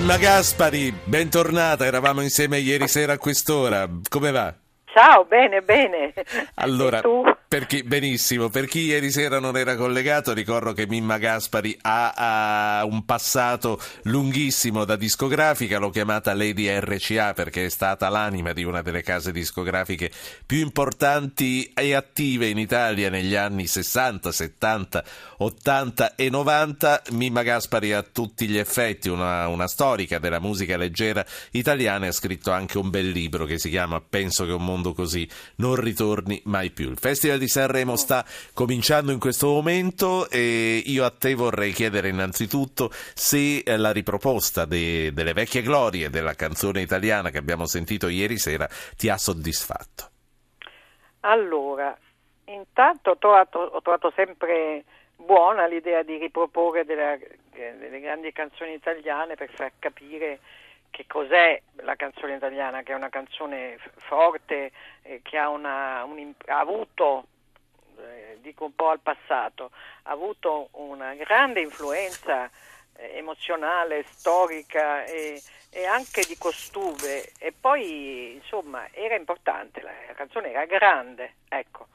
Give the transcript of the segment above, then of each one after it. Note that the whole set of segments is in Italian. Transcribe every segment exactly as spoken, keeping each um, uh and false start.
Mimma Gaspari, bentornata, eravamo insieme ieri sera a quest'ora, come va? Ciao, bene, bene. Allora, E tu? per chi, benissimo, per chi ieri sera non era collegato, ricordo che Mimma Gaspari ha, ha un passato lunghissimo da discografica, l'ho chiamata Lady R C A perché è stata l'anima di una delle case discografiche più importanti e attive in Italia negli anni sessanta, settanta, ottanta e novanta. Mimma Gaspari a tutti gli effetti una, una storica della musica leggera italiana e ha scritto anche un bel libro che si chiama Penso che un mondo così non ritorni mai più. Il Festival di Sanremo sta cominciando in questo momento e io a te vorrei chiedere innanzitutto se la riproposta de, delle vecchie glorie della canzone italiana che abbiamo sentito ieri sera ti ha soddisfatto. Allora, intanto ho trovato, ho trovato sempre buona l'idea di riproporre delle, delle grandi canzoni italiane per far capire che cos'è la canzone italiana, che è una canzone forte, eh, che ha, una, un, ha avuto, eh, dico un po' al passato, ha avuto una grande influenza eh, emozionale, storica e, e anche di costume, e poi insomma era importante, la, la canzone era grande, ecco,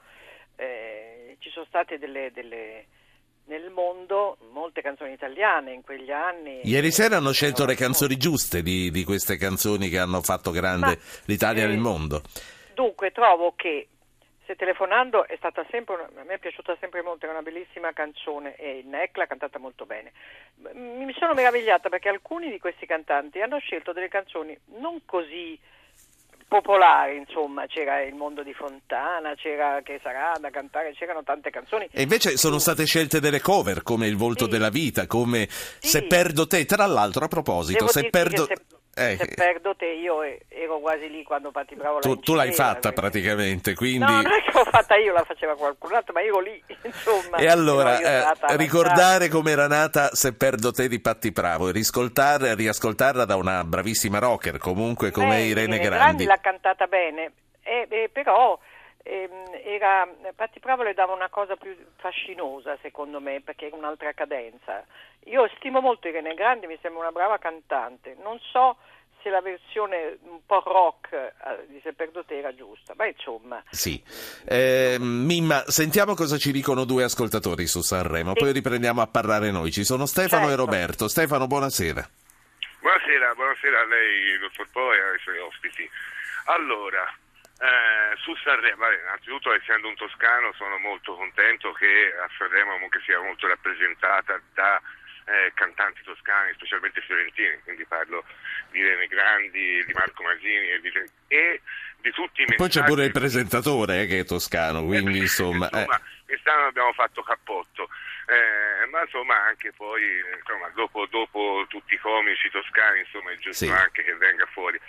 eh, ci sono state delle... delle nel mondo molte canzoni italiane in quegli anni. Ieri sera hanno scelto le canzoni giuste di, di queste canzoni che hanno fatto grande Ma, l'Italia eh, nel mondo. Dunque trovo che Se telefonando è stata sempre una, a me è piaciuta sempre molto, è una bellissima canzone e il Neck l'ha cantata molto bene. Mi sono meravigliata perché alcuni di questi cantanti hanno scelto delle canzoni non così popolari, insomma, c'era Il mondo di Fontana, c'era Che sarà da cantare, c'erano tante canzoni. E invece sono state scelte delle cover, come Il volto sì. della vita, come sì. Se perdo te, tra l'altro a proposito, Devo se perdo... se, eh. se perdo te, io ero quasi lì quando Patti Bravo tu, la tu l'hai fatta perché... praticamente, quindi... No, non è che l'ho fatta io, la faceva qualcun altro, ma io ero lì, insomma. E allora, eh, ricordare come era nata Se perdo te di Patti Bravo e riscoltarla, riascoltarla da una bravissima rocker, comunque come Beh, Irene Grandi. Grandi. L'ha cantata bene, e, e, però ehm, era, Patti Bravo le dava una cosa più fascinosa, secondo me, perché era un'altra cadenza. Io stimo molto Irene Grandi, mi sembra una brava cantante, non so se la versione un po' rock eh, di Se perdo te era giusta, ma insomma. Sì. Eh, Mimma, sentiamo cosa ci dicono due ascoltatori su Sanremo, sì. Poi riprendiamo a parlare noi. Ci sono Stefano certo. e Roberto. Stefano, buonasera. Buonasera, buonasera a lei, dottor Po, e ai suoi ospiti. Allora, eh, su Sanremo, vabbè, innanzitutto essendo un toscano sono molto contento che a Sanremo comunque sia molto rappresentata da Eh, cantanti toscani, specialmente fiorentini, quindi parlo di Irene Grandi, di Marco Masini e di, e di tutti i messaggi. Poi c'è pure il presentatore eh, che è toscano, quindi eh, insomma... insomma eh. quest'anno abbiamo fatto cappotto, eh, ma insomma anche poi insomma, dopo, dopo tutti i comici toscani, insomma è giusto sì. anche che venga fuori.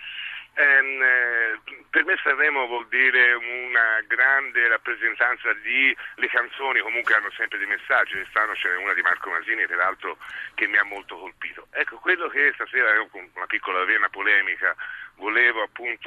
Eh, per me Sanremo vuol dire una grande rappresentanza di le canzoni, comunque hanno sempre dei messaggi. Quest'anno c'è una di Marco Masini peraltro che mi ha molto colpito. Ecco, quello che stasera io con una piccola vena polemica volevo appunto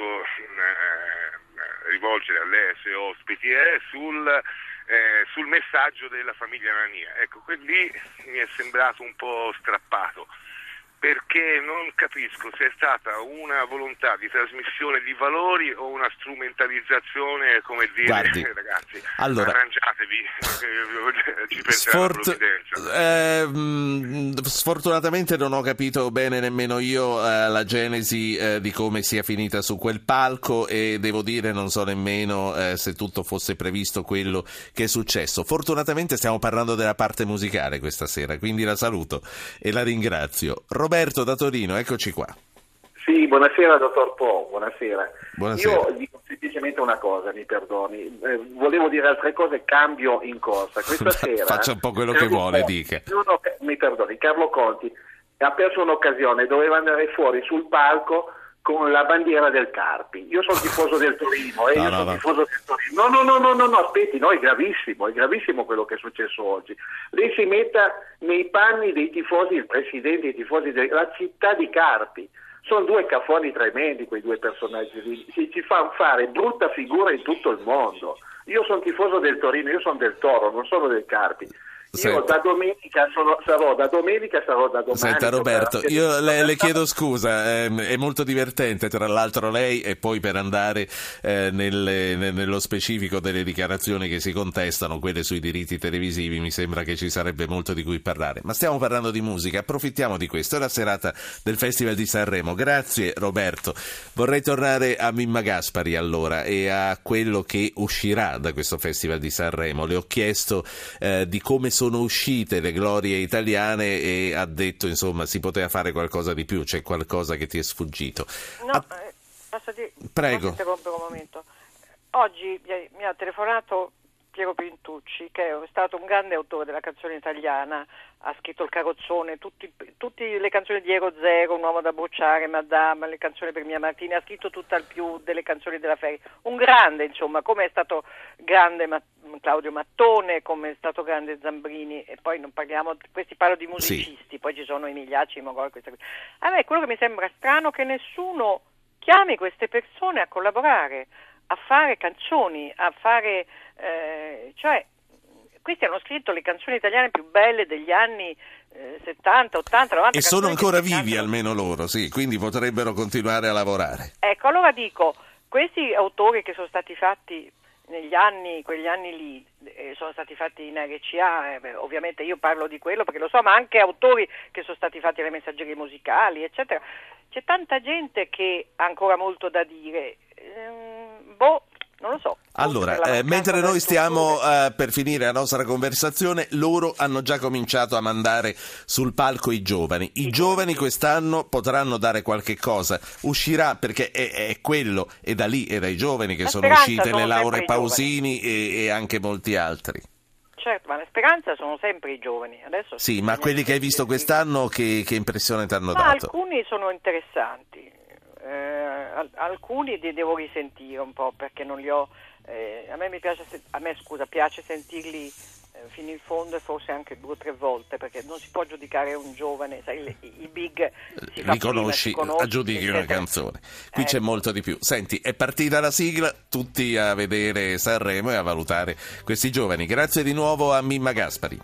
eh, rivolgere a lei e ai suoi ospiti è sul, eh, sul messaggio della famiglia Nania. Ecco, lì mi è sembrato un po' strappato, perché non capisco se è stata una volontà di trasmissione di valori o una strumentalizzazione, come dire, Guardi, ragazzi, allora, arrangiatevi, ci penserà la provvidenza. Eh, sfortunatamente non ho capito bene nemmeno io eh, la genesi eh, di come sia finita su quel palco e devo dire non so nemmeno eh, se tutto fosse previsto quello che è successo. Fortunatamente stiamo parlando della parte musicale questa sera, quindi la saluto e la ringrazio. Roberto da Torino, eccoci qua. Sì, buonasera dottor Po, buonasera. Buonasera. Io dico semplicemente una cosa, mi perdoni, eh, volevo dire altre cose, cambio in corsa. Questa sera... Faccia un po' quello Carlo che vuole, Conti, dica. uno, mi perdoni, Carlo Conti ha perso un'occasione, doveva andare fuori sul palco con la bandiera del Carpi. Io sono tifoso del Torino, eh, no, io no, sono no. tifoso del Torino. No, no, no, no, no, no, aspetti, no, è gravissimo, è gravissimo quello che è successo oggi. Lei si metta nei panni dei tifosi, il presidente dei tifosi della città di Carpi. Sono due cafoni tremendi quei due personaggi lì, si ci fanno fare brutta figura in tutto il mondo. Io sono tifoso del Torino, io sono del Toro, non sono del Carpi. Io da domenica sono, sarò da domenica, sarò da domani. Senta Roberto, io le, le chiedo scusa, ehm, è molto divertente tra l'altro lei, e poi per andare eh, nelle, nello specifico delle dichiarazioni che si contestano, quelle sui diritti televisivi, mi sembra che ci sarebbe molto di cui parlare. Ma stiamo parlando di musica, approfittiamo di questo, è la serata del Festival di Sanremo. Grazie Roberto. Vorrei tornare a Mimma Gaspari allora e a quello che uscirà da questo Festival di Sanremo. Le ho chiesto eh, di come sono sono uscite le glorie italiane e ha detto insomma si poteva fare qualcosa di più, c'è qualcosa che ti è sfuggito. No, ah, eh, posso dire, prego. Posso interrompere un momento. Oggi mi ha telefonato Piero Pintucci, che è stato un grande autore della canzone italiana, ha scritto Il carrozzone, tutti, tutte le canzoni di Ero Zero, Un uomo da bruciare, Madama, le canzoni per Mia Martina, ha scritto tutt'al più delle canzoni della Ferri. Un grande, insomma, come è stato grande Matt- Claudio Mattone, come è stato grande Zambrini, e poi non parliamo, questi parlo di musicisti, sì. Poi ci sono i Migliacci, i Mogol, queste cose. A me quello che mi sembra strano è che nessuno chiami queste persone a collaborare, a fare canzoni, a fare, eh, cioè, questi hanno scritto le canzoni italiane più belle degli anni eh, settanta, ottanta, novanta. E sono ancora vivi almeno loro, sì, quindi potrebbero continuare a lavorare. Ecco, allora dico, questi autori che sono stati fatti negli anni, quegli anni lì, eh, sono stati fatti in R C A, eh, beh, ovviamente io parlo di quello perché lo so, ma anche autori che sono stati fatti alle messaggerie musicali, eccetera. C'è tanta gente che ha ancora molto da dire, ehm, boh, non lo so. Allora, eh, mentre noi stiamo uh, per finire la nostra conversazione, loro hanno già cominciato a mandare sul palco i giovani. I, I giovani sì. Quest'anno potranno dare qualche cosa. Uscirà, perché è, è quello, è da lì, è dai giovani che la sono uscite sono le Laure Pausini e, e anche molti altri. Certo, ma la speranza sono sempre i giovani. Adesso sì, ma quelli che hai visto quest'anno, che, che impressione ti hanno ma dato? Alcuni sono interessanti, eh, alcuni li devo risentire un po' perché non li ho. Eh, a me mi piace, a me scusa, piace sentirli eh, fino in fondo e forse anche due o tre volte, perché non si può giudicare un giovane, sai, le, i big si li conosci, conosci, aggiudichi una canzone. Qui eh. c'è molto di più. Senti, è partita la sigla, tutti a vedere Sanremo e a valutare questi giovani. Grazie di nuovo a Mimma Gaspari.